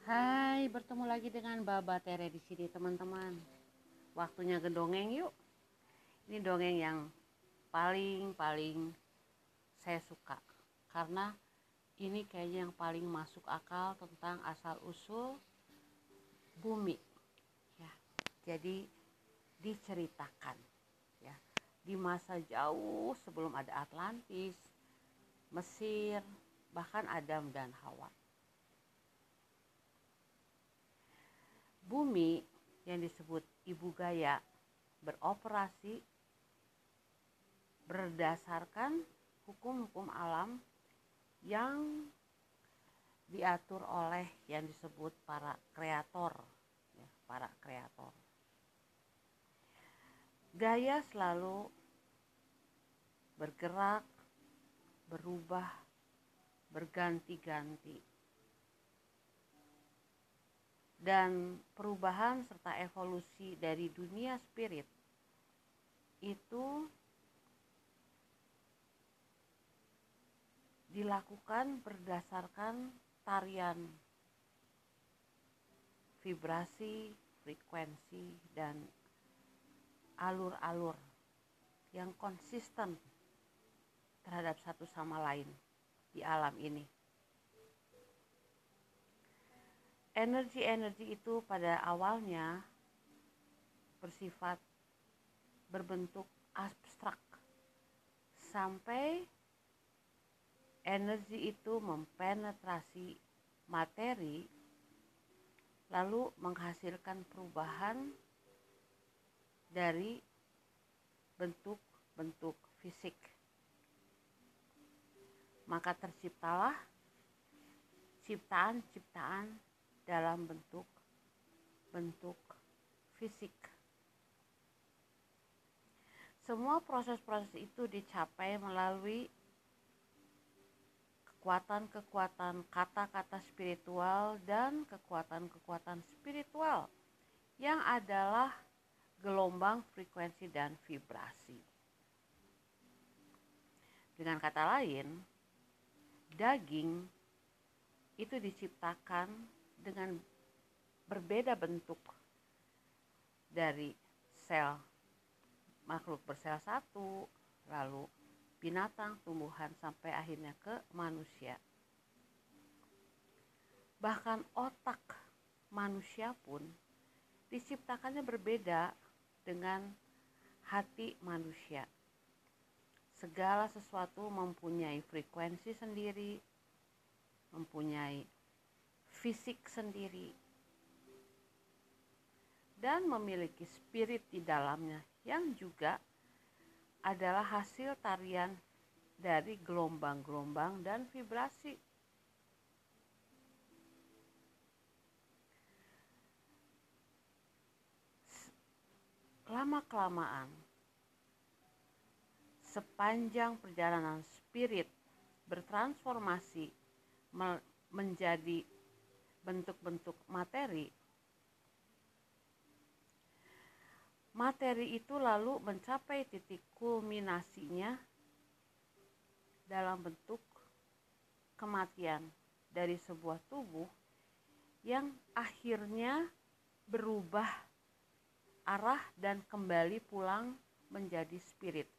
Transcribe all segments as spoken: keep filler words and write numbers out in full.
Hai, bertemu lagi dengan Baba Tere di sini teman-teman. Waktunya gedongeng yuk. Ini dongeng yang paling-paling saya suka karena ini kayaknya yang paling masuk akal tentang asal usul bumi. Ya, jadi diceritakan ya di masa jauh sebelum ada Atlantis, Mesir, bahkan Adam dan Hawa. Bumi yang disebut Ibu Gaia beroperasi berdasarkan hukum-hukum alam yang diatur oleh yang disebut para kreator, ya, para kreator. Gaia selalu bergerak, berubah, berganti-ganti. Dan perubahan serta evolusi dari dunia spirit itu dilakukan berdasarkan tarian vibrasi, frekuensi, dan alur-alur yang konsisten terhadap satu sama lain di alam ini. Energi-energi itu pada awalnya bersifat berbentuk abstrak sampai energi itu mempenetrasi materi lalu menghasilkan perubahan dari bentuk-bentuk fisik. Maka terciptalah ciptaan-ciptaan dalam bentuk-bentuk fisik. Semua proses-proses itu dicapai melalui kekuatan-kekuatan kata-kata spiritual dan kekuatan-kekuatan spiritual yang adalah gelombang frekuensi dan vibrasi. Dengan kata lain, daging itu diciptakan dengan berbeda bentuk dari sel makhluk bersel satu, lalu binatang, tumbuhan, sampai akhirnya ke manusia. Bahkan otak manusia pun diciptakannya berbeda dengan hati manusia. Segala sesuatu mempunyai frekuensi sendiri, mempunyai fisik sendiri, dan memiliki spirit di dalamnya yang juga adalah hasil tarian dari gelombang-gelombang dan vibrasi. Lama-kelamaan, sepanjang perjalanan spirit bertransformasi menjadi bentuk-bentuk materi, materi itu lalu mencapai titik kulminasinya dalam bentuk kematian dari sebuah tubuh yang akhirnya berubah arah dan kembali pulang menjadi spirit.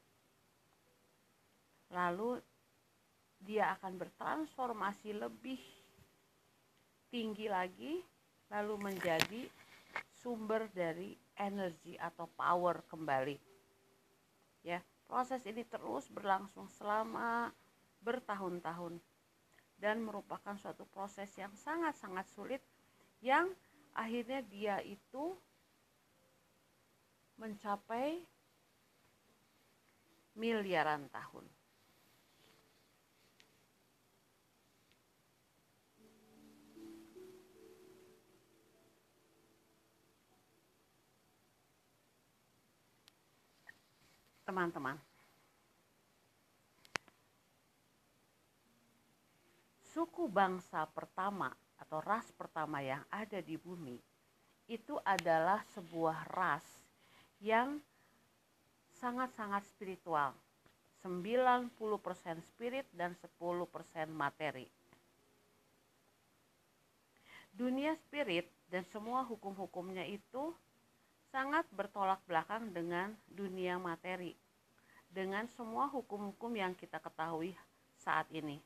Lalu dia akan bertransformasi lebih tinggi lagi, lalu menjadi sumber dari energi atau power kembali. Ya, proses ini terus berlangsung selama bertahun-tahun dan merupakan suatu proses yang sangat-sangat sulit yang akhirnya dia itu mencapai miliaran tahun. Teman-teman, suku bangsa pertama atau ras pertama yang ada di bumi itu adalah sebuah ras yang sangat-sangat spiritual, sembilan puluh persen spirit dan sepuluh persen materi. Dunia spirit dan semua hukum-hukumnya itu sangat bertolak belakang dengan dunia materi, dengan semua hukum-hukum yang kita ketahui saat ini.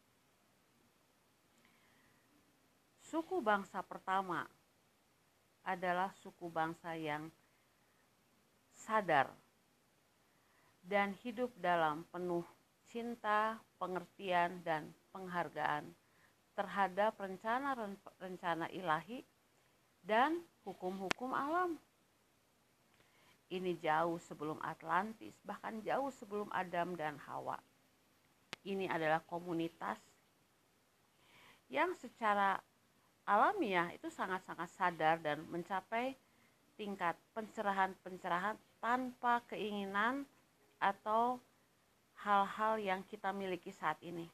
Suku bangsa pertama adalah suku bangsa yang sadar dan hidup dalam penuh cinta, pengertian, dan penghargaan terhadap rencana-rencana ilahi dan hukum-hukum alam. Ini jauh sebelum Atlantis, bahkan jauh sebelum Adam dan Hawa. Ini adalah komunitas yang secara alamiah itu sangat-sangat sadar dan mencapai tingkat pencerahan-pencerahan tanpa keinginan atau hal-hal yang kita miliki saat ini.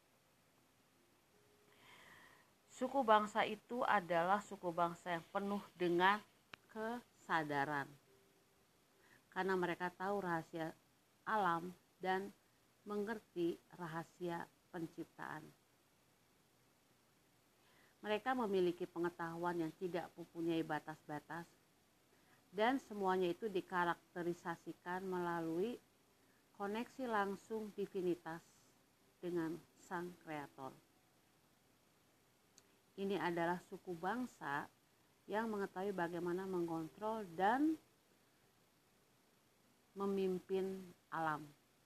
Suku bangsa itu adalah suku bangsa yang penuh dengan kesadaran. Karena mereka tahu rahasia alam dan mengerti rahasia penciptaan. Mereka memiliki pengetahuan yang tidak mempunyai batas-batas dan semuanya itu dikarakterisasikan melalui koneksi langsung divinitas dengan Sang Kreator. Ini adalah suku bangsa yang mengetahui bagaimana mengontrol dan memimpin alam.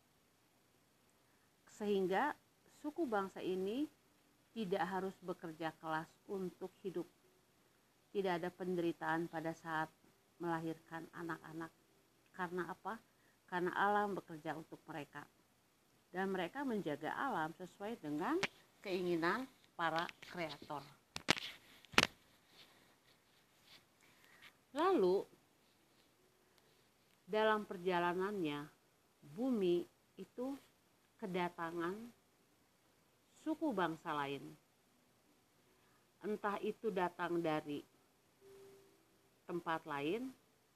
Sehingga suku bangsa ini tidak harus bekerja keras untuk hidup. Tidak ada penderitaan pada saat melahirkan anak-anak. Karena apa? Karena alam bekerja untuk mereka. Dan mereka menjaga alam sesuai dengan keinginan para kreator. Lalu, dalam perjalanannya, bumi itu kedatangan suku bangsa lain. Entah itu datang dari tempat lain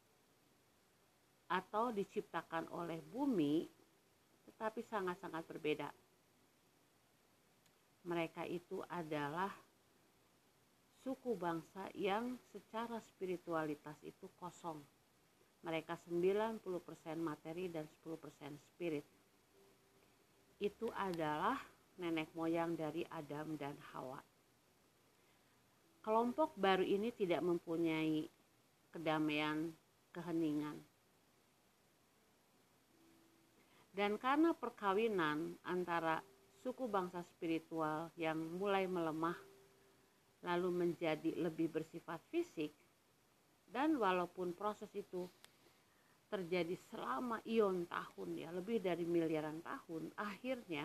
atau diciptakan oleh bumi, tetapi sangat-sangat berbeda. Mereka itu adalah suku bangsa yang secara spiritualitas itu kosong. Mereka sembilan puluh persen materi dan sepuluh persen spirit. Itu adalah nenek moyang dari Adam dan Hawa. Kelompok baru ini tidak mempunyai kedamaian, keheningan. Dan karena perkawinan antara suku bangsa spiritual yang mulai melemah lalu menjadi lebih bersifat fisik, dan walaupun proses itu terjadi selama ion tahun, ya lebih dari miliaran tahun, akhirnya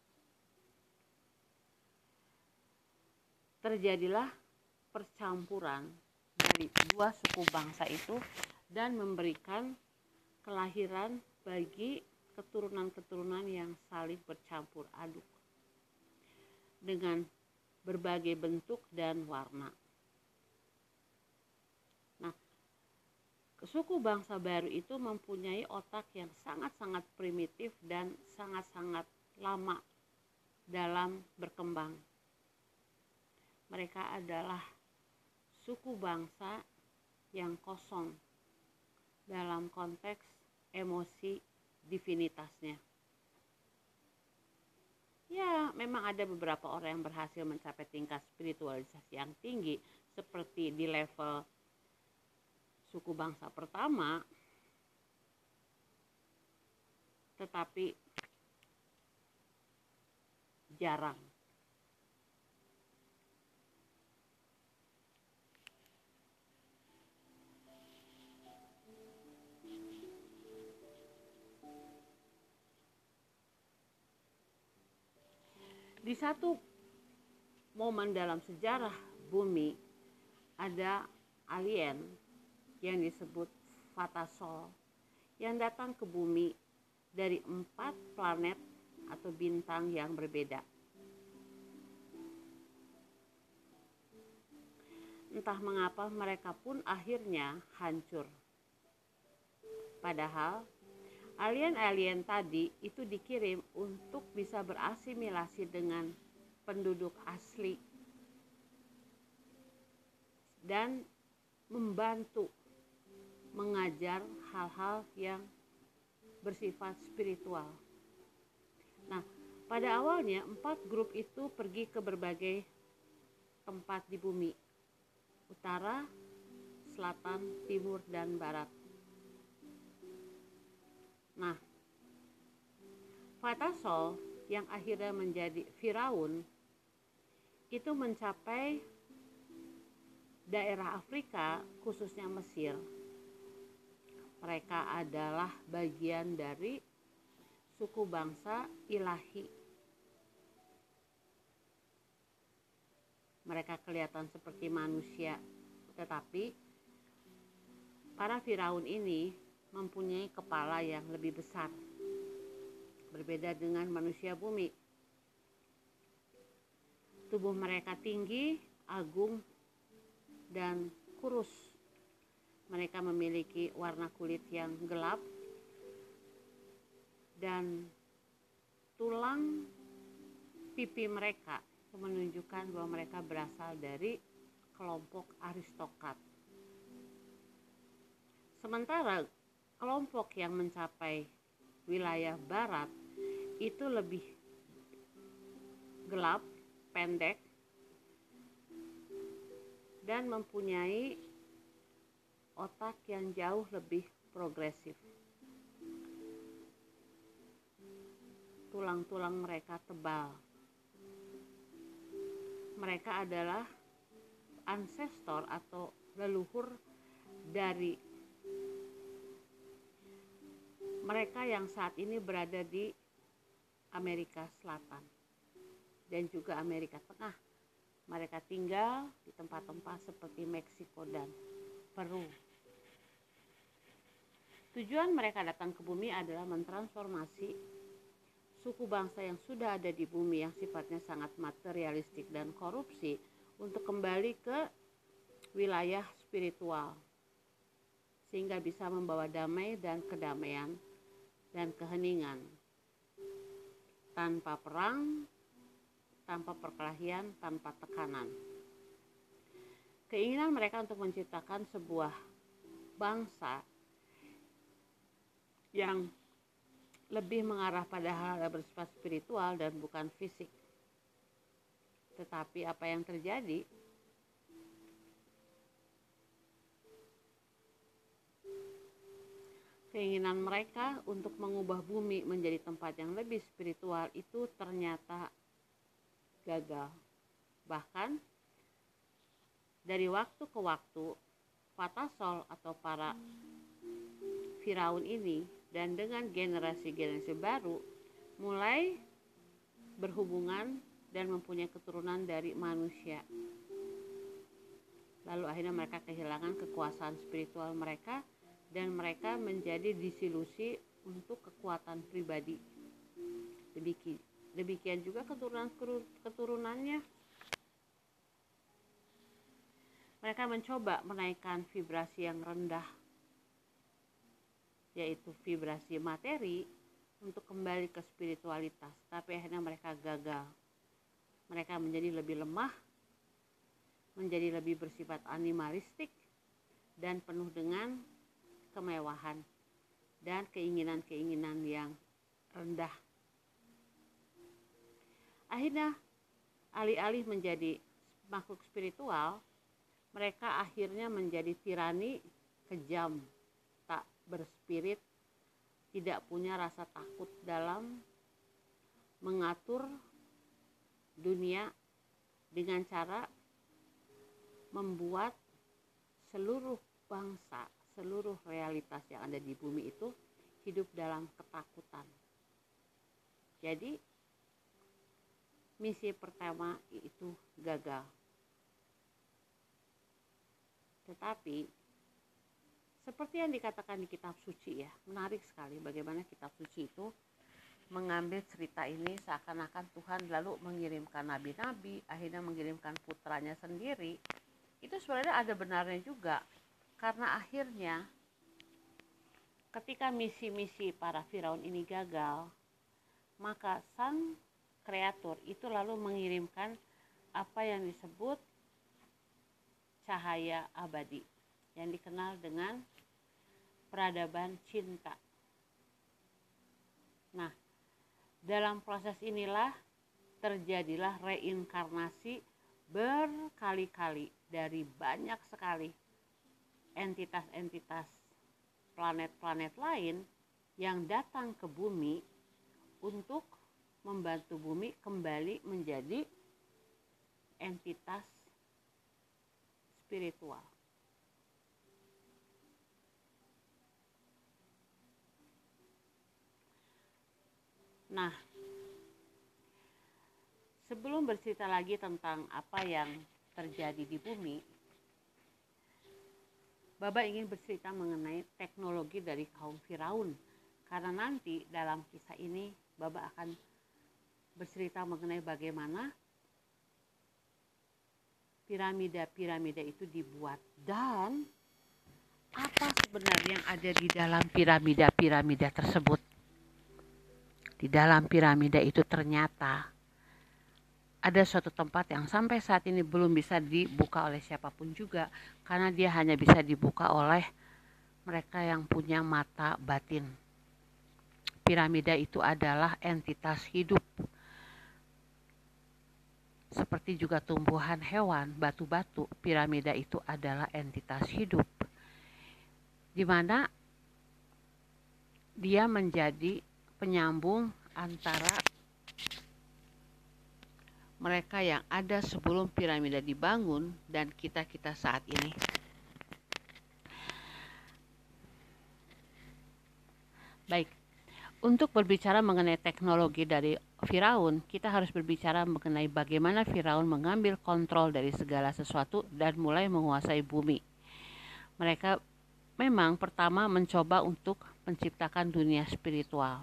terjadilah percampuran dari dua suku bangsa itu dan memberikan kelahiran bagi keturunan-keturunan yang saling bercampur aduk dengan berbagai bentuk dan warna. Nah, suku bangsa baru itu mempunyai otak yang sangat-sangat primitif dan sangat-sangat lama dalam berkembang. Mereka adalah suku bangsa yang kosong dalam konteks emosi divinitasnya. Ya, memang ada beberapa orang yang berhasil mencapai tingkat spiritualisasi yang tinggi seperti di level suku bangsa pertama, tetapi jarang. Di satu momen dalam sejarah bumi ada alien yang disebut Vatasol yang datang ke bumi dari empat planet atau bintang yang berbeda. Entah mengapa mereka pun akhirnya hancur. Padahal alien-alien tadi itu dikirim untuk bisa berasimilasi dengan penduduk asli dan membantu mengajar hal-hal yang bersifat spiritual. Nah, pada awalnya empat grup itu pergi ke berbagai tempat di bumi, utara, selatan, timur, dan barat. Nah, Fatasol yang akhirnya menjadi Firaun itu mencapai daerah Afrika, khususnya Mesir. Mereka adalah bagian dari suku bangsa ilahi. Mereka kelihatan seperti manusia, tetapi para Firaun ini mempunyai kepala yang lebih besar, berbeda dengan manusia bumi. Tubuh mereka tinggi, agung, dan kurus. Mereka memiliki warna kulit yang gelap dan tulang pipi mereka menunjukkan bahwa mereka berasal dari kelompok aristokrat. Sementara kelompok yang mencapai wilayah barat itu lebih gelap, pendek, dan mempunyai otak yang jauh lebih progresif. Tulang-tulang mereka tebal. Mereka adalah ancestor atau leluhur dari mereka yang saat ini berada di Amerika Selatan dan juga Amerika Tengah. Mereka tinggal di tempat-tempat seperti Meksiko dan Peru. Tujuan mereka datang ke bumi adalah mentransformasi suku bangsa yang sudah ada di bumi yang sifatnya sangat materialistik dan korupsi untuk kembali ke wilayah spiritual, sehingga bisa membawa damai dan kedamaian dan keheningan tanpa perang, tanpa perkelahian, tanpa tekanan. Keinginan mereka untuk menciptakan sebuah bangsa yang lebih mengarah pada hal yang bersifat spiritual dan bukan fisik. Tetapi apa yang terjadi? Keinginan mereka untuk mengubah bumi menjadi tempat yang lebih spiritual itu ternyata gagal. Bahkan dari waktu ke waktu, Fatasol atau para Firaun ini dan dengan generasi-generasi baru mulai berhubungan dan mempunyai keturunan dari manusia. Lalu akhirnya mereka kehilangan kekuasaan spiritual mereka dan mereka menjadi disilusi untuk kekuatan pribadi. Demikian, demikian juga keturunan keturunannya. Mereka mencoba menaikkan vibrasi yang rendah, yaitu vibrasi materi, untuk kembali ke spiritualitas, tapi akhirnya mereka gagal. Mereka menjadi lebih lemah, menjadi lebih bersifat animalistik, dan penuh dengan kemewahan dan keinginan-keinginan yang rendah. Akhirnya, alih-alih menjadi makhluk spiritual, mereka akhirnya menjadi tirani, kejam, tak berspirit, tidak punya rasa takut dalam mengatur dunia dengan cara membuat seluruh bangsa, seluruh realitas yang ada di bumi itu hidup dalam ketakutan. Jadi misi pertama itu gagal. Tetapi seperti yang dikatakan di kitab suci ya, menarik sekali bagaimana kitab suci itu mengambil cerita ini seakan-akan Tuhan lalu mengirimkan nabi-nabi, akhirnya mengirimkan putranya sendiri. Itu sebenarnya ada benarnya juga, karena akhirnya ketika misi-misi para Firaun ini gagal, maka sang kreator itu lalu mengirimkan apa yang disebut cahaya abadi yang dikenal dengan peradaban cinta. Nah, dalam proses inilah terjadilah reinkarnasi berkali-kali dari banyak sekali entitas-entitas planet-planet lain yang datang ke bumi untuk membantu bumi kembali menjadi entitas spiritual. Nah, sebelum bercerita lagi tentang apa yang terjadi di bumi, Baba ingin bercerita mengenai teknologi dari kaum Firaun. Karena nanti dalam kisah ini Baba akan bercerita mengenai bagaimana piramida-piramida itu dibuat dan apa sebenarnya yang ada di dalam piramida-piramida tersebut. Di dalam piramida itu ternyata ada suatu tempat yang sampai saat ini belum bisa dibuka oleh siapapun juga, karena dia hanya bisa dibuka oleh mereka yang punya mata batin. Piramida itu adalah entitas hidup. Seperti juga tumbuhan, hewan, batu-batu, piramida itu adalah entitas hidup. Di mana dia menjadi penyambung antara mereka yang ada sebelum piramida dibangun dan kita-kita saat ini. Baik, untuk berbicara mengenai teknologi dari Firaun, kita harus berbicara mengenai bagaimana Firaun mengambil kontrol dari segala sesuatu dan mulai menguasai bumi. Mereka memang pertama mencoba untuk menciptakan dunia spiritual.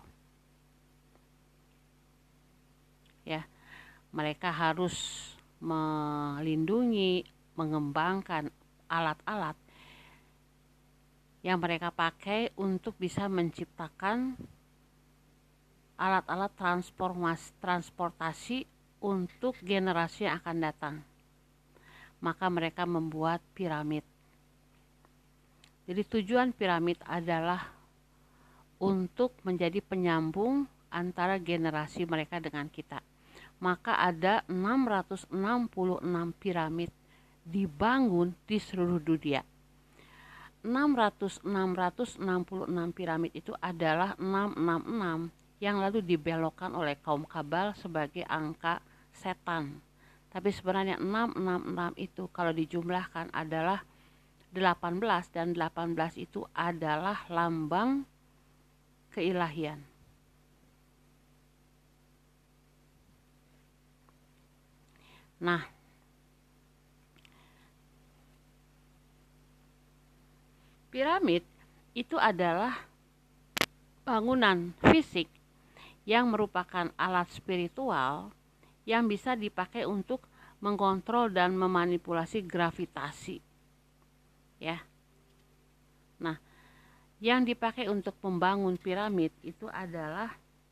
Ya, mereka harus melindungi, mengembangkan alat-alat yang mereka pakai untuk bisa menciptakan alat-alat transportasi untuk generasi yang akan datang. Maka mereka membuat piramid. Jadi tujuan piramid adalah untuk menjadi penyambung antara generasi mereka dengan kita. Maka ada enam ratus enam puluh enam piramid dibangun di seluruh dunia. enam ratus enam puluh enam piramid itu adalah enam ratus enam puluh enam yang lalu dibelokkan oleh kaum Kabal sebagai angka setan. Tapi sebenarnya enam ratus enam puluh enam itu kalau dijumlahkan adalah delapan belas, dan delapan belas itu adalah lambang keilahian. Nah, piramid itu adalah bangunan fisik yang merupakan alat spiritual yang bisa dipakai untuk mengontrol dan memanipulasi gravitasi. Ya. Nah, yang dipakai untuk membangun piramid itu adalah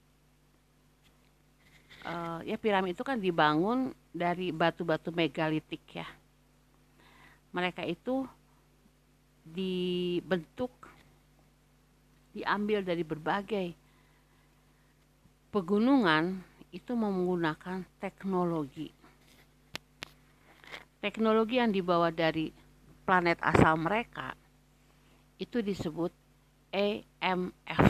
uh, ya piramid itu kan dibangun dari batu-batu megalitik ya. Mereka itu dibentuk, diambil dari berbagai pegunungan itu menggunakan teknologi. Teknologi yang dibawa dari planet asal mereka itu disebut E M F.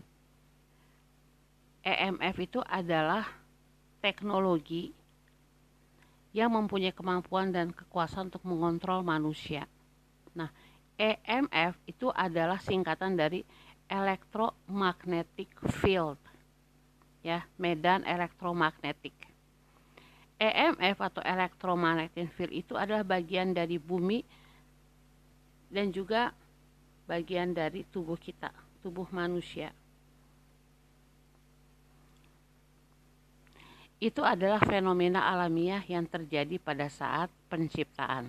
E M F itu adalah teknologi yang mempunyai kemampuan dan kekuasaan untuk mengontrol manusia. Nah, E M F itu adalah singkatan dari electromagnetic field. Ya, medan elektromagnetik. E M F atau electromagnetic field itu adalah bagian dari bumi dan juga bagian dari tubuh kita, tubuh manusia. Itu adalah fenomena alamiah yang terjadi pada saat penciptaan.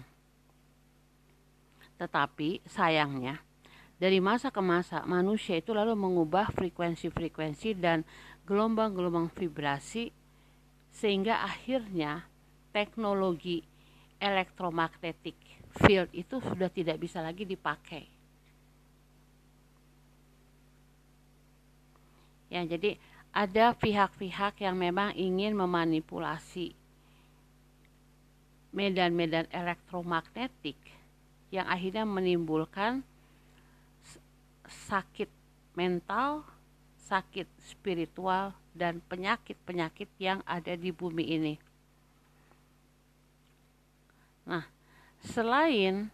Tetapi sayangnya, dari masa ke masa manusia itu lalu mengubah frekuensi-frekuensi dan gelombang-gelombang vibrasi sehingga akhirnya teknologi elektromagnetik field itu sudah tidak bisa lagi dipakai. Ya, jadi ada pihak-pihak yang memang ingin memanipulasi medan-medan elektromagnetik yang akhirnya menimbulkan sakit mental, sakit spiritual, dan penyakit-penyakit yang ada di bumi ini. Nah, selain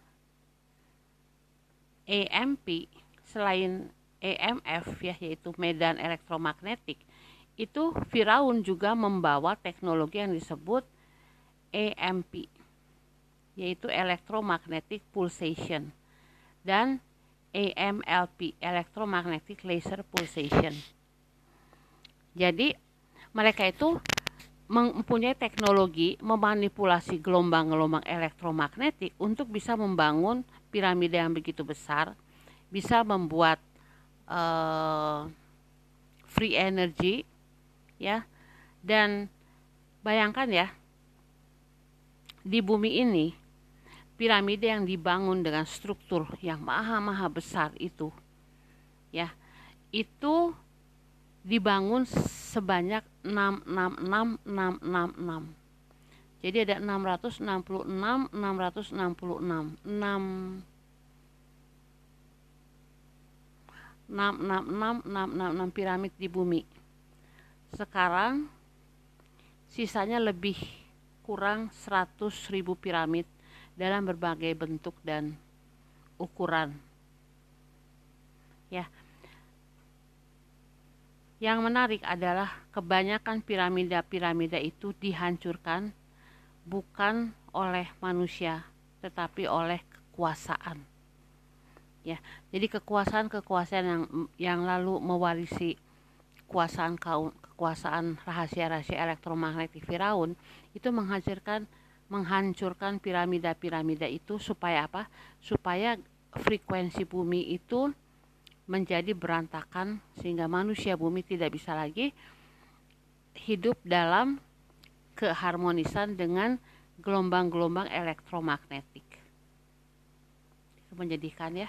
E M P, selain E M F ya, yaitu medan elektromagnetik, itu Firaun juga membawa teknologi yang disebut E M P, yaitu electromagnetic pulsation, dan E M L P, electromagnetic laser pulsation. Jadi mereka itu mempunyai teknologi memanipulasi gelombang-gelombang elektromagnetik untuk bisa membangun piramida yang begitu besar, bisa membuat uh, free energy, ya. Dan bayangkan ya, di bumi ini piramida yang dibangun dengan struktur yang maha-maha besar itu, ya, itu dibangun sebanyak enam enam enam enam enam enam. Jadi ada enam ratus enam puluh enam, enam ratus enam puluh enam, enam enam enam enam enam enam enam piramid di bumi. Sekarang sisanya lebih kurang seratus ribu piramid dalam berbagai bentuk dan ukuran. Ya. Yang menarik adalah kebanyakan piramida-piramida itu dihancurkan bukan oleh manusia, tetapi oleh kekuasaan. Ya, jadi kekuasaan-kekuasaan yang yang lalu mewarisi kekuasaan kaum, kekuasaan rahasia-rahasia elektromagnetik Firaun itu menghancurkan menghancurkan piramida-piramida itu supaya apa? Supaya frekuensi bumi itu menjadi berantakan sehingga manusia bumi tidak bisa lagi hidup dalam keharmonisan dengan gelombang-gelombang elektromagnetik. Itu menjadikan ya.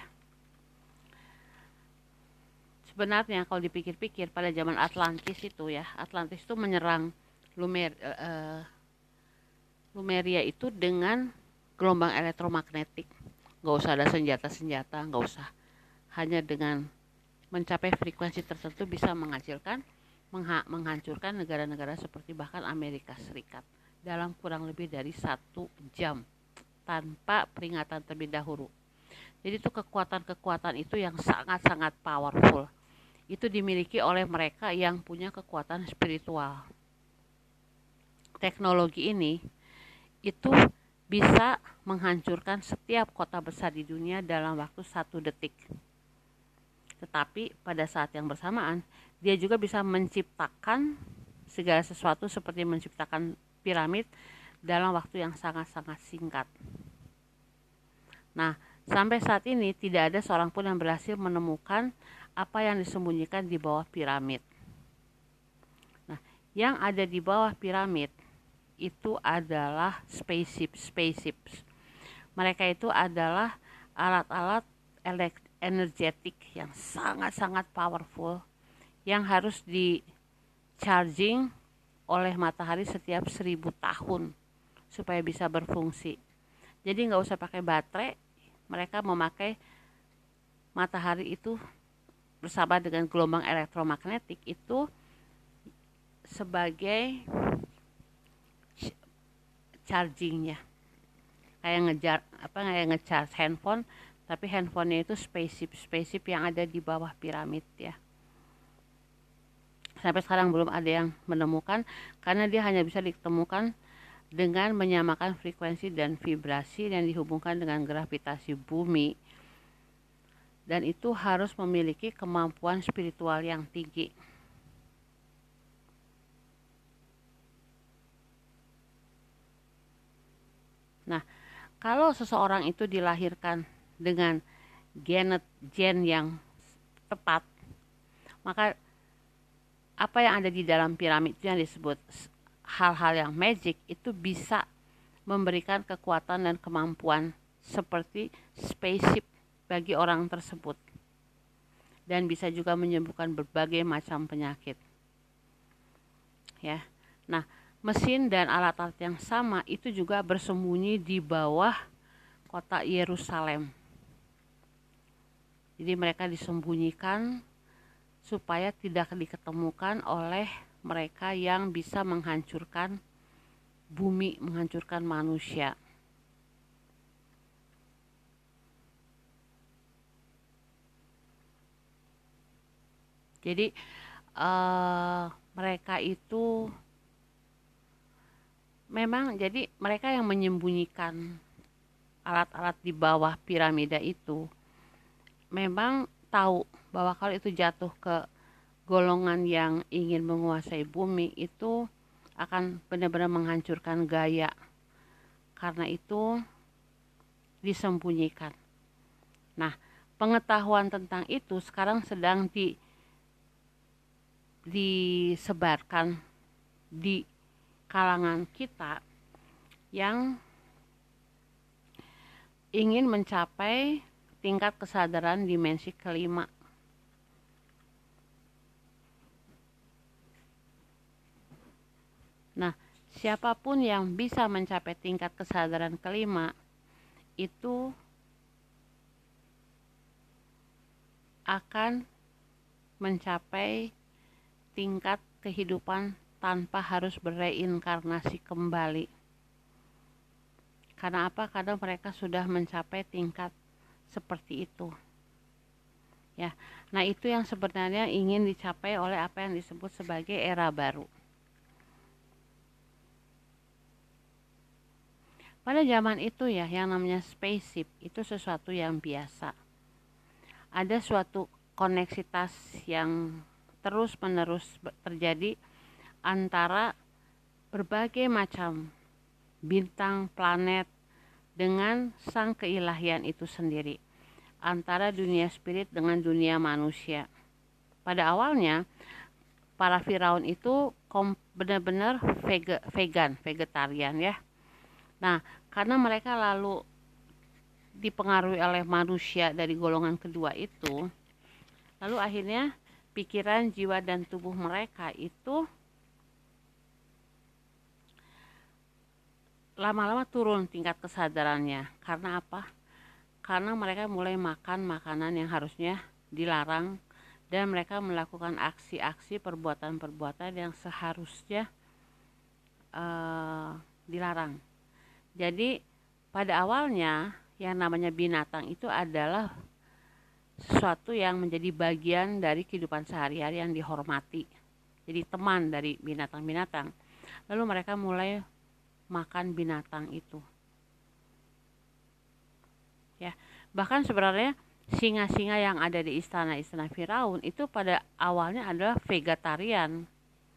Sebenarnya kalau dipikir-pikir pada zaman Atlantis itu ya, Atlantis itu menyerang Lumer, uh, Lumeria itu dengan gelombang elektromagnetik. Gak usah ada senjata-senjata, gak usah. Hanya dengan mencapai frekuensi tertentu bisa menghancurkan menghancurkan negara-negara seperti bahkan Amerika Serikat dalam kurang lebih dari satu jam tanpa peringatan terlebih dahulu. Jadi itu kekuatan-kekuatan itu yang sangat-sangat powerful. Itu dimiliki oleh mereka yang punya kekuatan spiritual. Teknologi ini itu bisa menghancurkan setiap kota besar di dunia dalam waktu satu detik. Tetapi pada saat yang bersamaan, dia juga bisa menciptakan segala sesuatu seperti menciptakan piramid dalam waktu yang sangat-sangat singkat. Nah, sampai saat ini tidak ada seorang pun yang berhasil menemukan apa yang disembunyikan di bawah piramid. Nah, yang ada di bawah piramid itu adalah spaceship, spaceships. Mereka itu adalah alat-alat elektrik energetik yang sangat-sangat powerful yang harus di charging oleh matahari setiap seribu tahun supaya bisa berfungsi. Jadi nggak usah pakai baterai, mereka memakai matahari itu bersama dengan gelombang elektromagnetik itu sebagai chargingnya, kayak ngejar apa kayak ngecharge handphone. Tapi handphonenya itu spaceship, spaceship yang ada di bawah piramid ya. Sampai sekarang belum ada yang menemukan karena dia hanya bisa ditemukan dengan menyamakan frekuensi dan vibrasi yang dihubungkan dengan gravitasi bumi. Dan itu harus memiliki kemampuan spiritual yang tinggi. Nah, kalau seseorang itu dilahirkan dengan genet gen yang tepat, maka apa yang ada di dalam piramid itu yang disebut hal-hal yang magic itu bisa memberikan kekuatan dan kemampuan seperti spaceship bagi orang tersebut, dan bisa juga menyembuhkan berbagai macam penyakit. Ya, nah mesin dan alat-alat yang sama itu juga bersembunyi di bawah kota Yerusalem. Jadi mereka disembunyikan supaya tidak diketemukan oleh mereka yang bisa menghancurkan bumi, menghancurkan manusia. Jadi uh, mereka itu memang, jadi mereka yang menyembunyikan alat-alat di bawah piramida itu memang tahu bahwa kalau itu jatuh ke golongan yang ingin menguasai bumi, itu akan benar-benar menghancurkan Gaia. Karena itu disembunyikan. Nah, pengetahuan tentang itu sekarang sedang di disebarkan di kalangan kita yang ingin mencapai tingkat kesadaran dimensi kelima. Nah, siapapun yang bisa mencapai tingkat kesadaran kelima itu akan mencapai tingkat kehidupan tanpa harus bereinkarnasi kembali. Karena apa? Karena mereka sudah mencapai tingkat seperti itu. Ya. Nah, itu yang sebenarnya ingin dicapai oleh apa yang disebut sebagai era baru. Pada zaman itu ya, yang namanya spaceship itu sesuatu yang biasa. Ada suatu koneksitas yang terus-menerus terjadi antara berbagai macam bintang, planet dengan sang keilahian itu sendiri, antara dunia spirit dengan dunia manusia. Pada awalnya para Firaun itu benar-benar vegan, vegetarian ya. Nah, karena mereka lalu dipengaruhi oleh manusia dari golongan kedua itu, lalu akhirnya pikiran, jiwa, dan tubuh mereka itu lama-lama turun tingkat kesadarannya. Karena apa? Karena mereka mulai makan makanan yang harusnya dilarang, dan mereka melakukan aksi-aksi perbuatan-perbuatan yang seharusnya uh, dilarang. Jadi pada awalnya yang namanya binatang itu adalah sesuatu yang menjadi bagian dari kehidupan sehari-hari yang dihormati. Jadi teman dari binatang-binatang. Lalu mereka mulai makan binatang itu. Ya, bahkan sebenarnya singa-singa yang ada di istana-istana Firaun itu pada awalnya adalah vegetarian.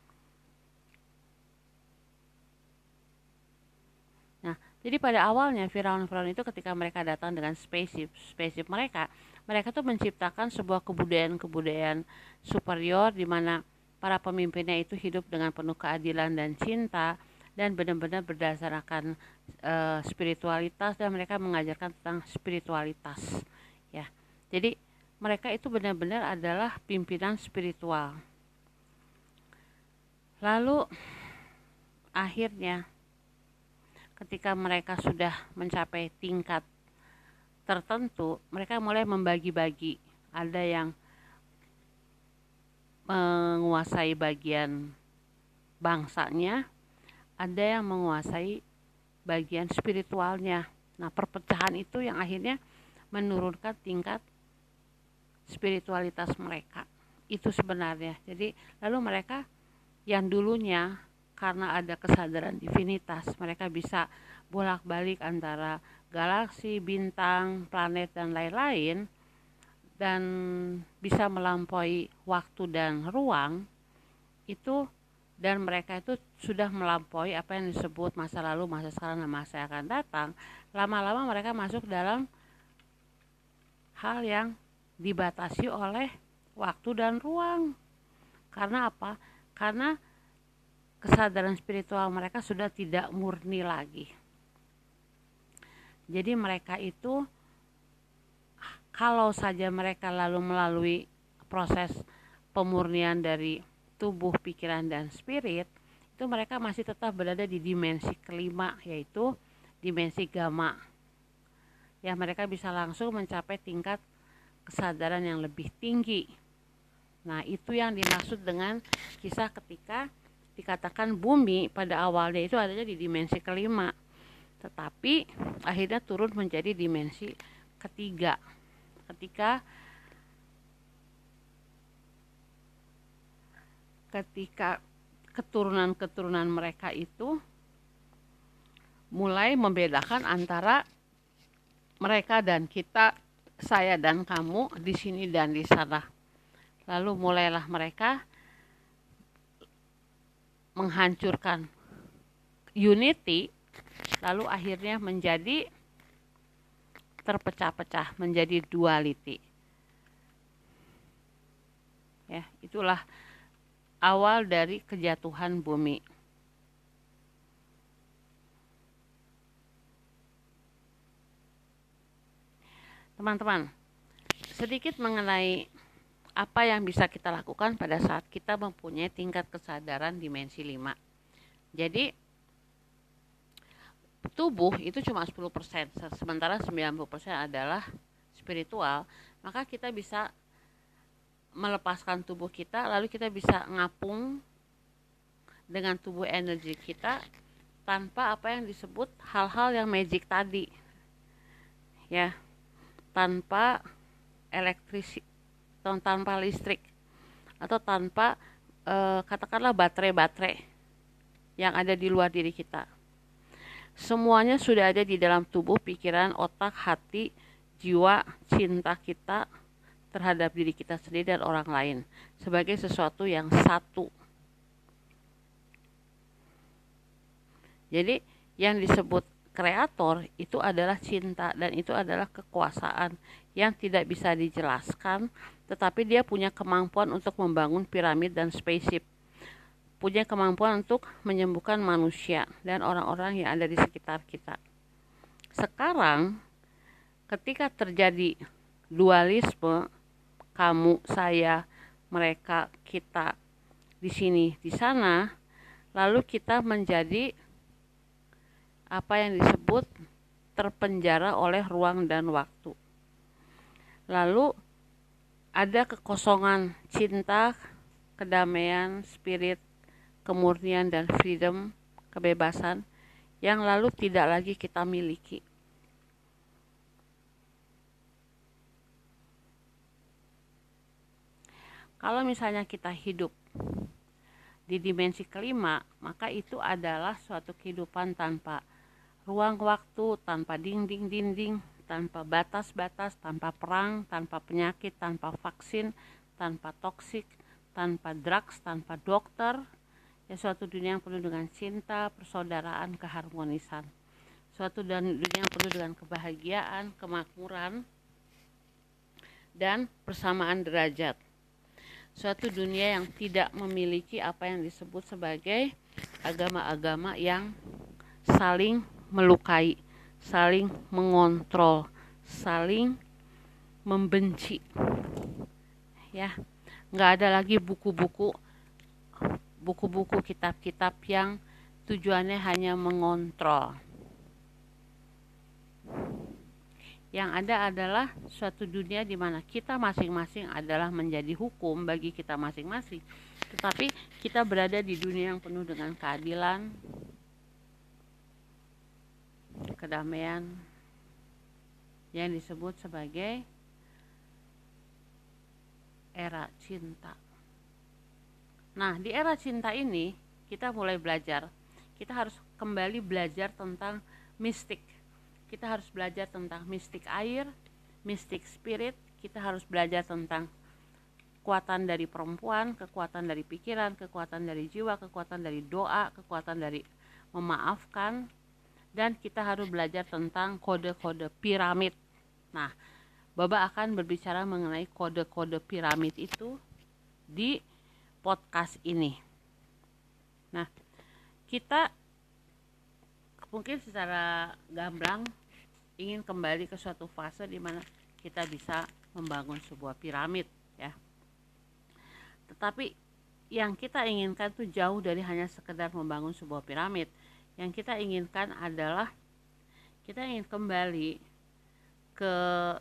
Nah, jadi pada awalnya Firaun-Firaun itu ketika mereka datang dengan spaceship, spaceship mereka, mereka tuh menciptakan sebuah kebudayaan-kebudayaan superior di mana para pemimpinnya itu hidup dengan penuh keadilan dan cinta, dan benar-benar berdasarkan uh, spiritualitas, dan mereka mengajarkan tentang spiritualitas. Ya, jadi mereka itu benar-benar adalah pimpinan spiritual. Lalu akhirnya ketika mereka sudah mencapai tingkat tertentu, mereka mulai membagi-bagi. Ada yang menguasai bagian bangsanya, ada yang menguasai bagian spiritualnya. Nah, perpecahan itu yang akhirnya menurunkan tingkat spiritualitas mereka. Itu sebenarnya. Jadi, lalu mereka yang dulunya karena ada kesadaran divinitas, mereka bisa bolak-balik antara galaksi, bintang, planet, dan lain-lain, dan bisa melampaui waktu dan ruang itu, dan mereka itu sudah melampaui apa yang disebut masa lalu, masa sekarang, dan masa yang akan datang. Lama-lama mereka masuk dalam hal yang dibatasi oleh waktu dan ruang. Karena apa? Karena kesadaran spiritual mereka sudah tidak murni lagi. Jadi mereka itu kalau saja mereka lalu melalui proses pemurnian dari tubuh, pikiran, dan spirit, itu mereka masih tetap berada di dimensi kelima, yaitu dimensi gamma. Ya, mereka bisa langsung mencapai tingkat kesadaran yang lebih tinggi. Nah, itu yang dimaksud dengan kisah ketika dikatakan bumi pada awalnya itu adanya di dimensi kelima, tetapi akhirnya turun menjadi dimensi ketiga ketika ketika keturunan-keturunan mereka itu mulai membedakan antara mereka dan kita, saya dan kamu, di sini dan di sana. Lalu mulailah mereka menghancurkan unity, lalu akhirnya menjadi terpecah-pecah menjadi duality. Ya, itulah awal dari kejatuhan bumi. Teman-teman, sedikit mengenai apa yang bisa kita lakukan pada saat kita mempunyai tingkat kesadaran dimensi lima. Jadi, tubuh itu cuma sepuluh persen, sementara sembilan puluh persen adalah spiritual, maka kita bisa melepaskan tubuh kita, lalu kita bisa ngapung dengan tubuh energi kita tanpa apa yang disebut hal-hal yang magic tadi. Ya, tanpa elektrisi, tanpa listrik, atau tanpa e, katakanlah baterai-baterai yang ada di luar diri kita. Semuanya sudah ada di dalam tubuh, pikiran, otak, hati, jiwa, cinta kita terhadap diri kita sendiri dan orang lain sebagai sesuatu yang satu. Jadi yang disebut kreator itu adalah cinta, dan itu adalah kekuasaan yang tidak bisa dijelaskan, tetapi dia punya kemampuan untuk membangun piramid dan spaceship, punya kemampuan untuk menyembuhkan manusia dan orang-orang yang ada di sekitar kita. Sekarang ketika terjadi dualisme, kamu, saya, mereka, kita, di sini, di sana, lalu kita menjadi apa yang disebut terpenjara oleh ruang dan waktu. Lalu ada kekosongan cinta, kedamaian, spirit, kemurnian, dan freedom, kebebasan yang lalu tidak lagi kita miliki. Kalau misalnya kita hidup di dimensi kelima, maka itu adalah suatu kehidupan tanpa ruang waktu, tanpa dinding-dinding, tanpa batas-batas, tanpa perang, tanpa penyakit, tanpa vaksin, tanpa toksik, tanpa drugs, tanpa dokter. Ya, suatu dunia yang penuh dengan cinta, persaudaraan, keharmonisan. Suatu dunia yang penuh dengan kebahagiaan, kemakmuran, dan persamaan derajat. Suatu dunia yang tidak memiliki apa yang disebut sebagai agama-agama yang saling melukai, saling mengontrol, saling membenci. Ya, nggak ada lagi buku-buku, buku-buku, kitab-kitab yang tujuannya hanya mengontrol. Yang ada adalah suatu dunia di mana kita masing-masing adalah menjadi hukum bagi kita masing-masing, tetapi kita berada di dunia yang penuh dengan keadilan, kedamaian, yang disebut sebagai era cinta. Nah, di era cinta ini kita mulai belajar, kita harus kembali belajar tentang mistik. Kita harus belajar tentang mistik air, mistik spirit. Kita harus belajar tentang kekuatan dari perempuan, kekuatan dari pikiran, kekuatan dari jiwa, kekuatan dari doa, kekuatan dari memaafkan. Dan kita harus belajar tentang kode-kode piramid. Nah, Baba akan berbicara mengenai kode-kode piramid itu di podcast ini. Nah, kita mungkin secara gamblang ingin kembali ke suatu fase di mana kita bisa membangun sebuah piramid ya. Tetapi yang kita inginkan tuh jauh dari hanya sekedar membangun sebuah piramid. Yang kita inginkan adalah kita ingin kembali ke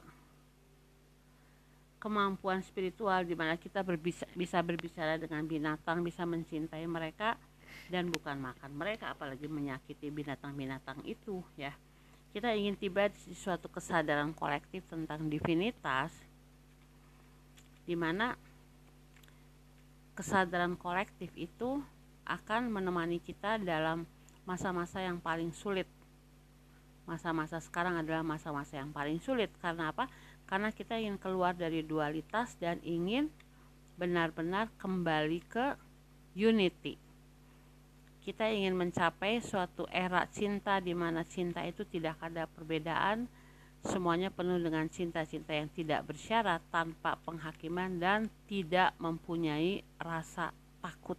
kemampuan spiritual di mana kita berbisa, bisa berbicara dengan binatang, bisa mencintai mereka dan bukan makan mereka, apalagi menyakiti binatang-binatang itu ya. Kita ingin tiba di suatu kesadaran kolektif tentang divinitas, di mana kesadaran kolektif itu akan menemani kita dalam masa-masa yang paling sulit. Masa-masa sekarang adalah masa-masa yang paling sulit. Karena apa? Karena kita ingin keluar dari dualitas dan ingin benar-benar kembali ke unity. Kita ingin mencapai suatu era cinta di mana cinta itu tidak ada perbedaan, semuanya penuh dengan cinta-cinta yang tidak bersyarat, tanpa penghakiman dan tidak mempunyai rasa takut.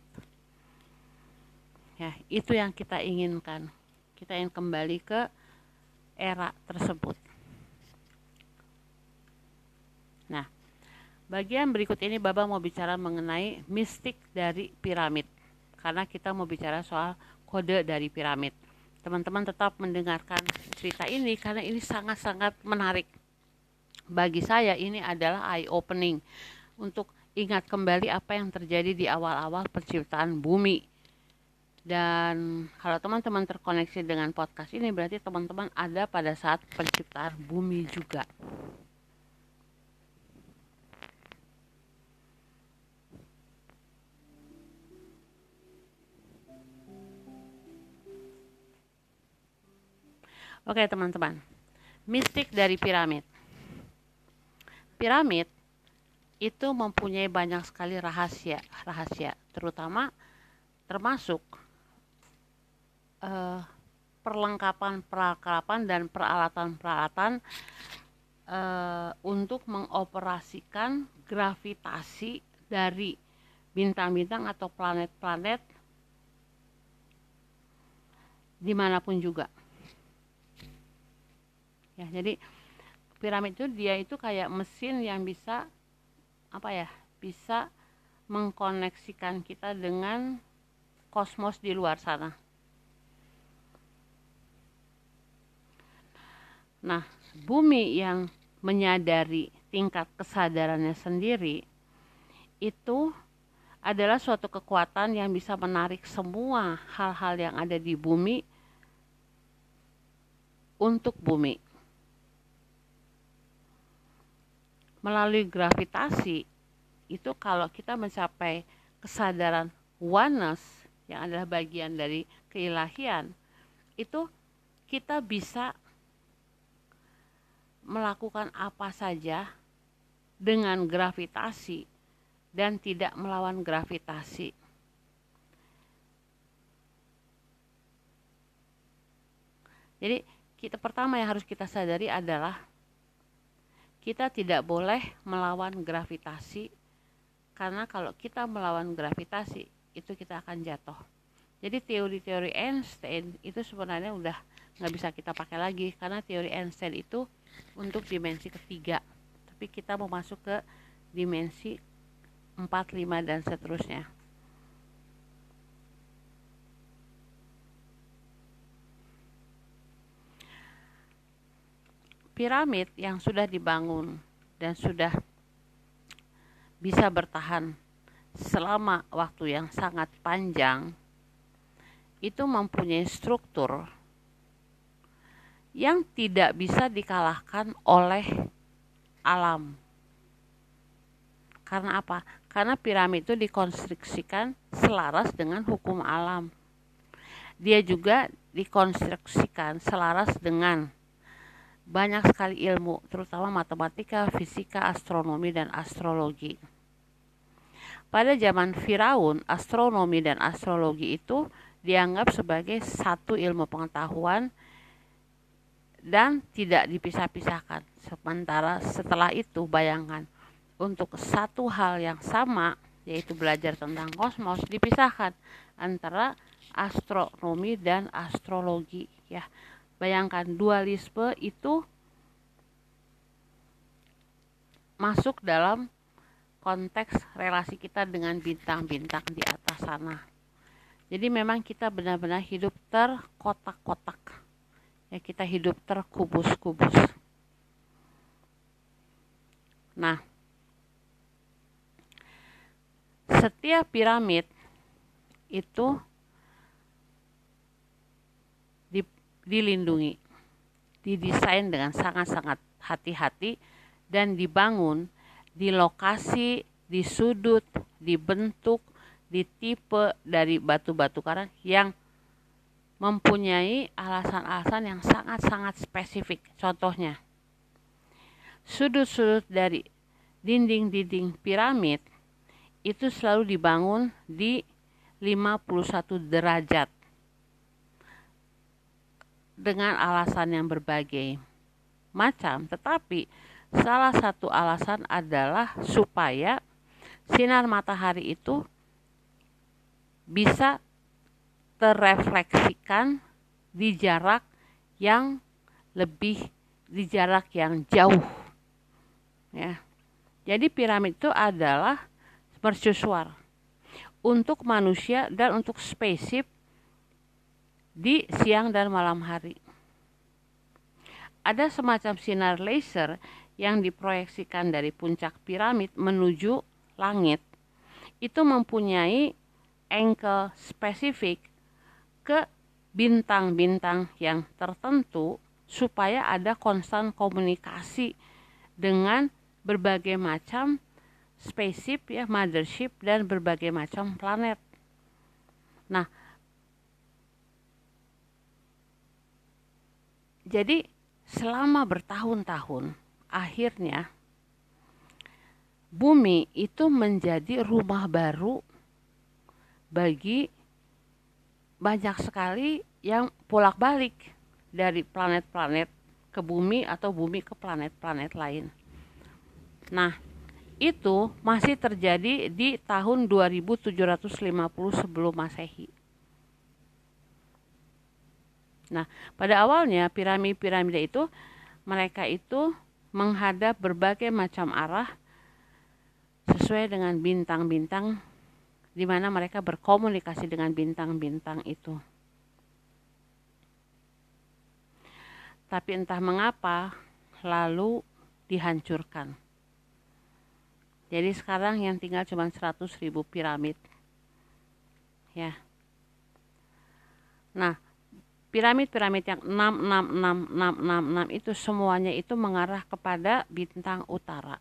Ya, itu yang kita inginkan. Kita ingin kembali ke era tersebut. Nah, bagian berikut ini Baba mau bicara mengenai mistik dari piramid. Karena kita mau bicara soal kode dari piramid. Teman-teman tetap mendengarkan cerita ini karena ini sangat-sangat menarik. Bagi saya ini adalah eye opening untuk ingat kembali apa yang terjadi di awal-awal penciptaan bumi. Dan kalau teman-teman terkoneksi dengan podcast ini berarti teman-teman ada pada saat penciptaan bumi juga. Oke teman-teman, mistik dari piramid. Piramid itu mempunyai banyak sekali rahasia, rahasia, terutama termasuk eh, perlengkapan-perlengkapan dan peralatan-peralatan eh, untuk mengoperasikan gravitasi dari bintang-bintang atau planet-planet dimanapun juga. Ya, jadi piramid itu dia itu kayak mesin yang bisa apa ya? Bisa mengkoneksikan kita dengan kosmos di luar sana. Nah, bumi yang menyadari tingkat kesadarannya sendiri itu adalah suatu kekuatan yang bisa menarik semua hal-hal yang ada di bumi untuk bumi. Melalui gravitasi itu kalau kita mencapai kesadaran oneness yang adalah bagian dari keilahian, itu kita bisa melakukan apa saja dengan gravitasi dan tidak melawan gravitasi. Jadi kita pertama yang harus kita sadari adalah kita tidak boleh melawan gravitasi, karena kalau kita melawan gravitasi itu kita akan jatuh. Jadi teori-teori Einstein itu sebenarnya udah nggak bisa kita pakai lagi, karena teori Einstein itu untuk dimensi ketiga, tapi kita mau masuk ke dimensi empat, lima dan seterusnya. Piramid yang sudah dibangun dan sudah bisa bertahan selama waktu yang sangat panjang itu mempunyai struktur yang tidak bisa dikalahkan oleh alam. Karena apa? Karena piramid itu dikonstruksikan selaras dengan hukum alam. Dia juga dikonstruksikan selaras dengan banyak sekali ilmu, terutama matematika, fisika, astronomi, dan astrologi. Pada zaman Firaun, astronomi dan astrologi itu dianggap sebagai satu ilmu pengetahuan dan tidak dipisah-pisahkan. Sementara setelah itu, bayangkan, untuk satu hal yang sama, yaitu belajar tentang kosmos, dipisahkan antara astronomi dan astrologi. Ya, Bayangkan dualisme itu masuk dalam konteks relasi kita dengan bintang-bintang di atas sana. Jadi memang kita benar-benar hidup terkotak-kotak. Ya, kita hidup terkubus-kubus. Nah, setiap piramid itu dilindungi, didesain dengan sangat-sangat hati-hati dan dibangun di lokasi, di sudut, di bentuk, di tipe dari batu-batu karang yang mempunyai alasan-alasan yang sangat-sangat spesifik. Contohnya, sudut-sudut dari dinding-dinding piramid itu selalu dibangun di lima puluh satu derajat dengan alasan yang berbagai macam, tetapi salah satu alasan adalah supaya sinar matahari itu bisa terrefleksikan di jarak yang lebih, di jarak yang jauh. Ya. Jadi piramid itu adalah mercusuar untuk manusia dan untuk spesifik di siang dan malam hari. Ada semacam sinar laser yang diproyeksikan dari puncak piramid menuju langit. Itu mempunyai angle spesifik ke bintang-bintang yang tertentu supaya ada konstan komunikasi dengan berbagai macam spaceship ya, mothership dan berbagai macam planet. Nah, jadi selama bertahun-tahun akhirnya bumi itu menjadi rumah baru bagi banyak sekali yang bolak-balik dari planet-planet ke bumi atau bumi ke planet-planet lain. Nah, itu masih terjadi di tahun dua ribu tujuh ratus lima puluh sebelum Masehi. Nah, pada awalnya piramid-piramida itu mereka itu menghadap berbagai macam arah sesuai dengan bintang-bintang di mana mereka berkomunikasi dengan bintang-bintang itu. Tapi entah mengapa lalu dihancurkan. Jadi sekarang yang tinggal cuma seratus ribu piramid. Ya. Nah, piramid-piramid yang enam enam enam enam enam enam itu semuanya itu mengarah kepada bintang utara.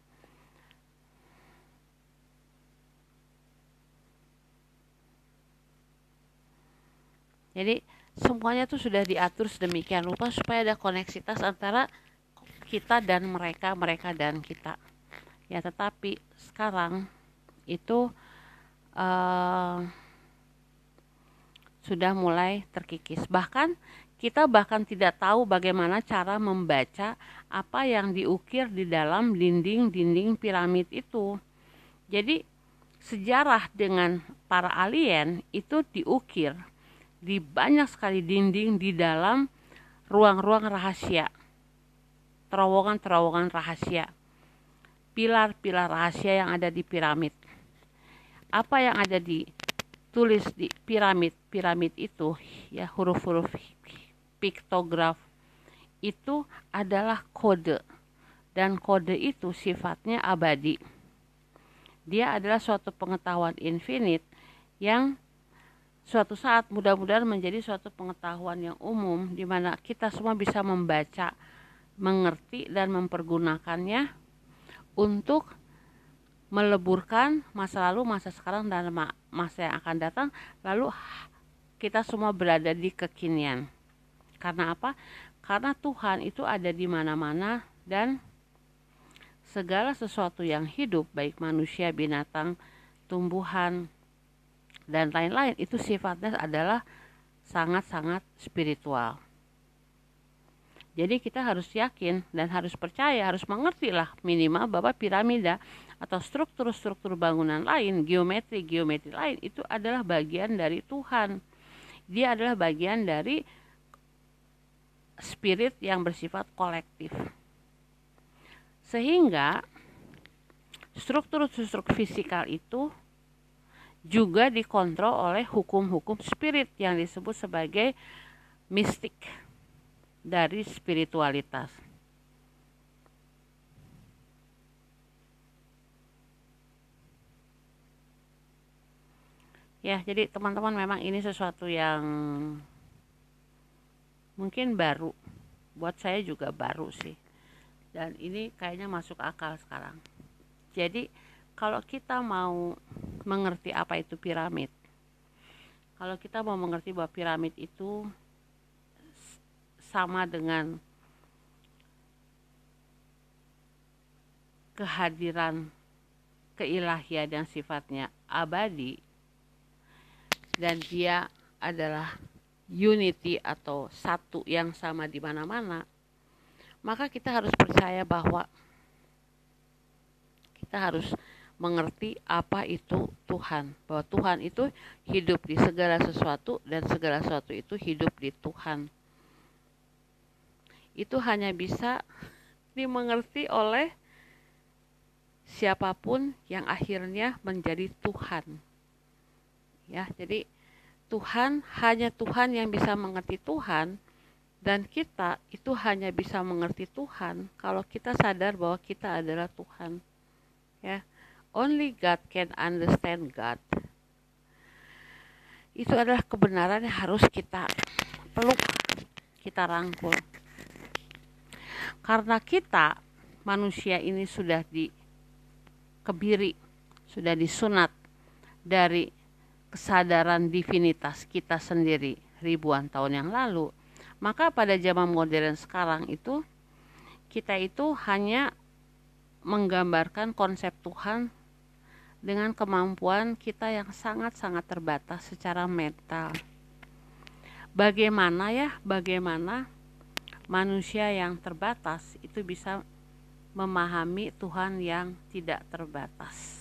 Jadi semuanya tuh sudah diatur sedemikian rupa supaya ada koneksitas antara kita dan mereka, mereka dan kita. Ya, tetapi sekarang itu uh, sudah mulai terkikis. Bahkan kita bahkan tidak tahu bagaimana cara membaca apa yang diukir di dalam dinding-dinding piramid itu. Jadi sejarah dengan para alien itu diukir di banyak sekali dinding di dalam ruang-ruang rahasia, terowongan-terowongan rahasia, pilar-pilar rahasia yang ada di piramid. Apa yang ada di tulis di piramid-piramid itu, ya, huruf-huruf piktograf itu adalah kode, dan kode itu sifatnya abadi. Dia adalah suatu pengetahuan infinite yang suatu saat mudah-mudahan menjadi suatu pengetahuan yang umum di mana kita semua bisa membaca, mengerti dan mempergunakannya untuk meleburkan masa lalu, masa sekarang dan masa yang akan datang, lalu kita semua berada di kekinian. Karena apa? Karena Tuhan itu ada di mana-mana dan segala sesuatu yang hidup, baik manusia, binatang, tumbuhan, dan lain-lain, itu sifatnya adalah sangat-sangat spiritual. Jadi kita harus yakin dan harus percaya, harus mengerti lah minimal bahwa piramida atau struktur-struktur bangunan lain, geometri-geometri lain itu adalah bagian dari Tuhan. Dia adalah bagian dari spirit yang bersifat kolektif. Sehingga struktur-struktur fisikal itu juga dikontrol oleh hukum-hukum spirit yang disebut sebagai mistik dari spiritualitas. Ya, jadi teman-teman memang ini sesuatu yang mungkin baru. Buat saya juga baru sih. Dan ini kayaknya masuk akal sekarang. Jadi, kalau kita mau mengerti apa itu piramid, kalau kita mau mengerti bahwa piramid itu sama dengan kehadiran keilahian yang sifatnya abadi, dan dia adalah unity atau satu yang sama di mana-mana, maka kita harus percaya bahwa kita harus mengerti apa itu Tuhan, bahwa Tuhan itu hidup di segala sesuatu dan segala sesuatu itu hidup di Tuhan. Itu hanya bisa dimengerti oleh siapapun yang akhirnya menjadi Tuhan. Ya, jadi Tuhan, hanya Tuhan yang bisa mengerti Tuhan, dan kita itu hanya bisa mengerti Tuhan kalau kita sadar bahwa kita adalah Tuhan. Ya, only God can understand God. Itu adalah kebenaran yang harus kita peluk, kita rangkul. Karena kita manusia ini sudah dikebiri, sudah disunat dari kesadaran divinitas kita sendiri ribuan tahun yang lalu, maka pada zaman modern sekarang itu kita itu hanya menggambarkan konsep Tuhan dengan kemampuan kita yang sangat-sangat terbatas secara mental. Bagaimana ya, bagaimana manusia yang terbatas itu bisa memahami Tuhan yang tidak terbatas.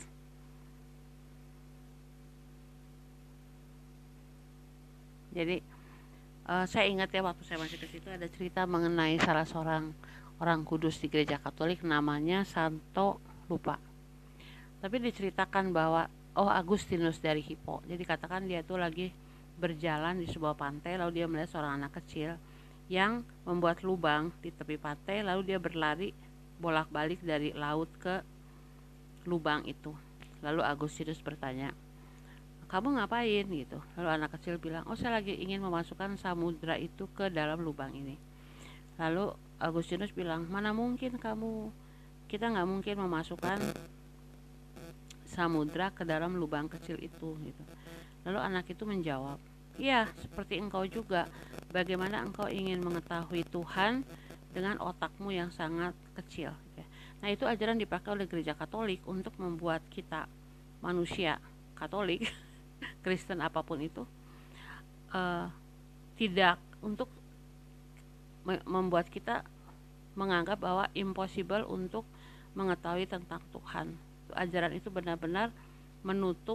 Jadi uh, saya ingat ya waktu saya masih ke situ ada cerita mengenai salah seorang orang kudus di gereja Katolik, namanya Santo lupa. Tapi diceritakan bahwa oh Agustinus dari Hippo. Jadi katakan dia tuh lagi berjalan di sebuah pantai, lalu dia melihat seorang anak kecil yang membuat lubang di tepi pantai, lalu dia berlari bolak-balik dari laut ke lubang itu. Lalu Agustinus bertanya, kamu ngapain gitu? Lalu anak kecil bilang, oh saya lagi ingin memasukkan samudra itu ke dalam lubang ini. Lalu Agustinus bilang, mana mungkin kamu, kita nggak mungkin memasukkan samudra ke dalam lubang kecil itu gitu. Lalu anak itu menjawab, iya seperti engkau juga, bagaimana engkau ingin mengetahui Tuhan dengan otakmu yang sangat kecil. Nah itu ajaran dipakai oleh gereja Katolik untuk membuat kita manusia Katolik Kristen apapun itu uh, tidak untuk me- membuat kita menganggap bahwa impossible untuk mengetahui tentang Tuhan. Ajaran itu benar-benar menutup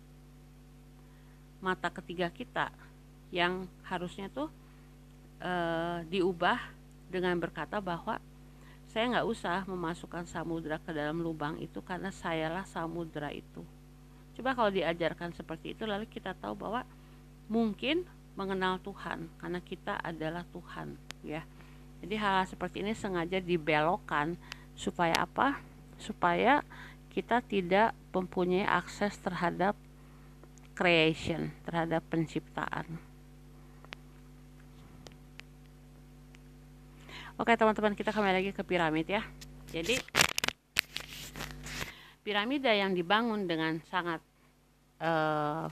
mata ketiga kita yang harusnya tuh uh, diubah dengan berkata bahwa saya nggak usah memasukkan samudra ke dalam lubang itu karena sayalah samudra itu. Coba kalau diajarkan seperti itu, lalu kita tahu bahwa mungkin mengenal Tuhan karena kita adalah Tuhan, ya. Jadi hal seperti ini sengaja dibelokkan supaya apa? Supaya kita tidak mempunyai akses terhadap creation, terhadap penciptaan. Oke teman-teman, kita kembali lagi ke piramid ya. Jadi piramida yang dibangun dengan sangat uh,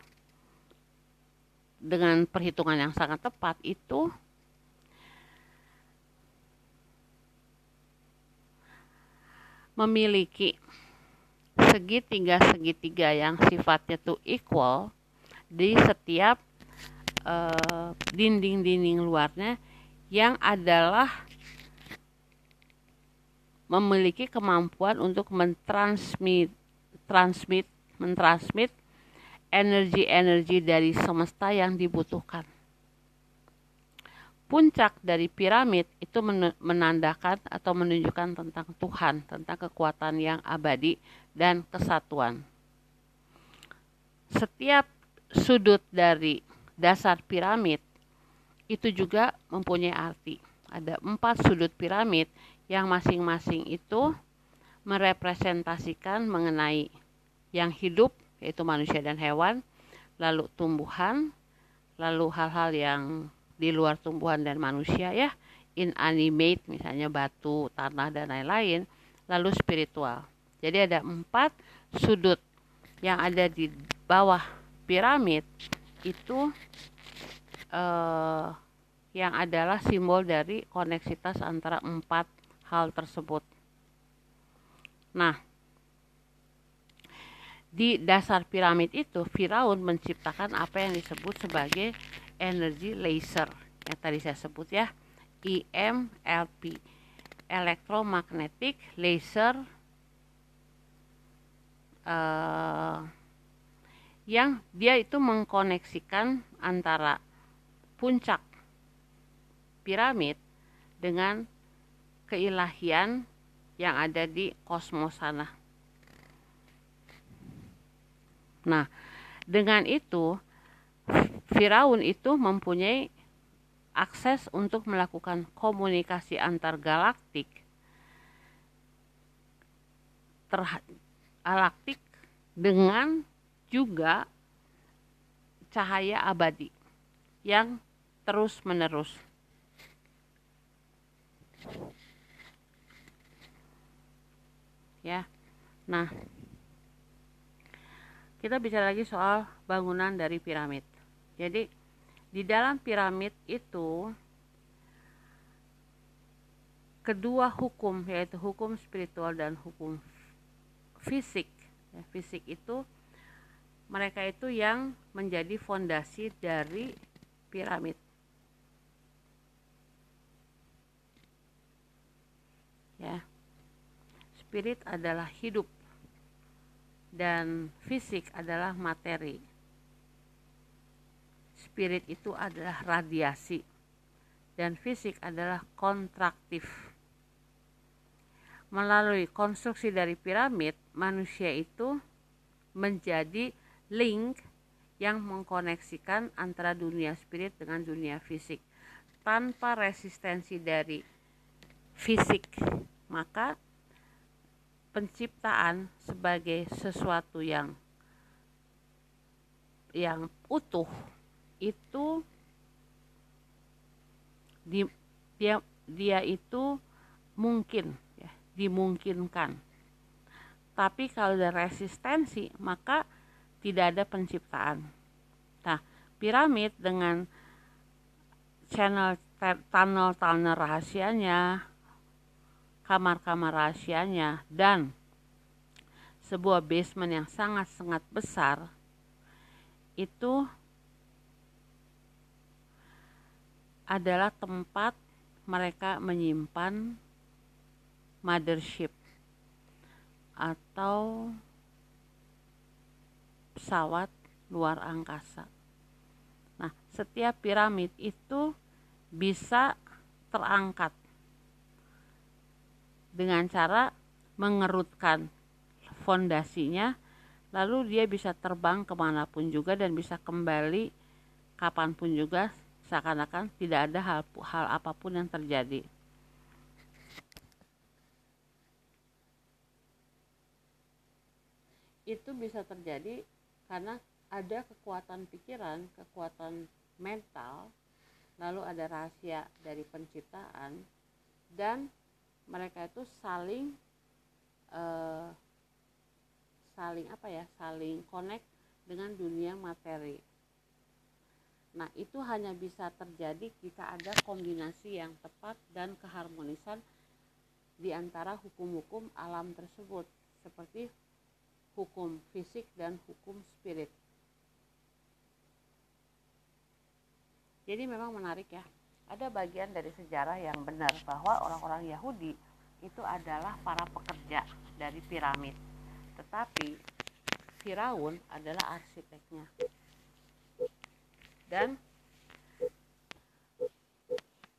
dengan perhitungan yang sangat tepat itu memiliki segitiga-segitiga yang sifatnya tuh equal di setiap uh, dinding-dinding luarnya, yang adalah memiliki kemampuan untuk mentransmit, transmit, mentransmit energi-energi dari semesta yang dibutuhkan. puncak dari piramid itu menandakan atau menunjukkan tentang Tuhan, tentang kekuatan yang abadi dan kesatuan. Setiap sudut dari dasar piramid itu juga mempunyai arti. Ada empat sudut piramid yang masing-masing itu merepresentasikan mengenai yang hidup, yaitu manusia dan hewan, lalu tumbuhan, lalu hal-hal yang di luar tumbuhan dan manusia ya, inanimate misalnya batu, tanah dan lain-lain, lalu spiritual. Jadi ada empat sudut yang ada di bawah piramid itu eh, yang adalah simbol dari koneksitas antara empat hal tersebut. Nah, di dasar piramid itu Firaun menciptakan apa yang disebut sebagai energi laser yang tadi saya sebut ya, E M L P, electromagnetic laser, uh, yang dia itu mengkoneksikan antara puncak piramid dengan keilahian yang ada di kosmos sana. Nah, dengan itu Firaun itu mempunyai akses untuk melakukan komunikasi antar galaktik tergalaktik dengan juga cahaya abadi yang terus-menerus. Ya. Nah, kita bicara lagi soal bangunan dari piramid. Jadi, di dalam piramid itu kedua hukum, yaitu hukum spiritual dan hukum fisik. Ya, fisik itu mereka itu yang menjadi fondasi dari piramid. Ya. Spirit adalah hidup dan fisik adalah materi. Spirit itu adalah radiasi dan fisik adalah kontraktif. Melalui konstruksi dari piramid, manusia itu menjadi link yang mengkoneksikan antara dunia spirit dengan dunia fisik. Tanpa resistensi dari fisik, maka penciptaan sebagai sesuatu yang yang utuh itu di, dia dia itu mungkin ya, dimungkinkan. Tapi kalau ada resistensi maka tidak ada penciptaan. Nah, piramid dengan channel tunnel-tunnel rahasianya, kamar-kamar rahasianya, dan sebuah basement yang sangat-sangat besar itu adalah tempat mereka menyimpan mothership atau pesawat luar angkasa. Nah, setiap piramid itu bisa terangkat dengan cara mengerutkan fondasinya, lalu dia bisa terbang kemanapun juga dan bisa kembali kapanpun juga, seakan-akan tidak ada hal, hal apapun yang terjadi. Itu bisa terjadi karena ada kekuatan pikiran, kekuatan mental, lalu ada rahasia dari penciptaan, dan mereka itu saling uh, saling apa ya, saling connect dengan dunia materi. Nah, itu hanya bisa terjadi jika ada kombinasi yang tepat dan keharmonisan di antara hukum-hukum alam tersebut, seperti hukum fisik dan hukum spirit. Jadi memang menarik ya, ada bagian dari sejarah yang benar bahwa orang-orang Yahudi itu adalah para pekerja dari piramid, tetapi Firaun adalah arsiteknya. Dan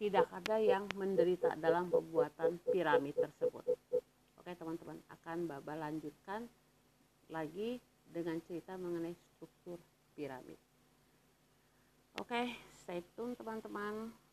tidak ada yang menderita dalam pembuatan piramid tersebut. Oke teman-teman, akan Baba lanjutkan lagi dengan cerita mengenai struktur piramid. Oke, stay tune teman-teman.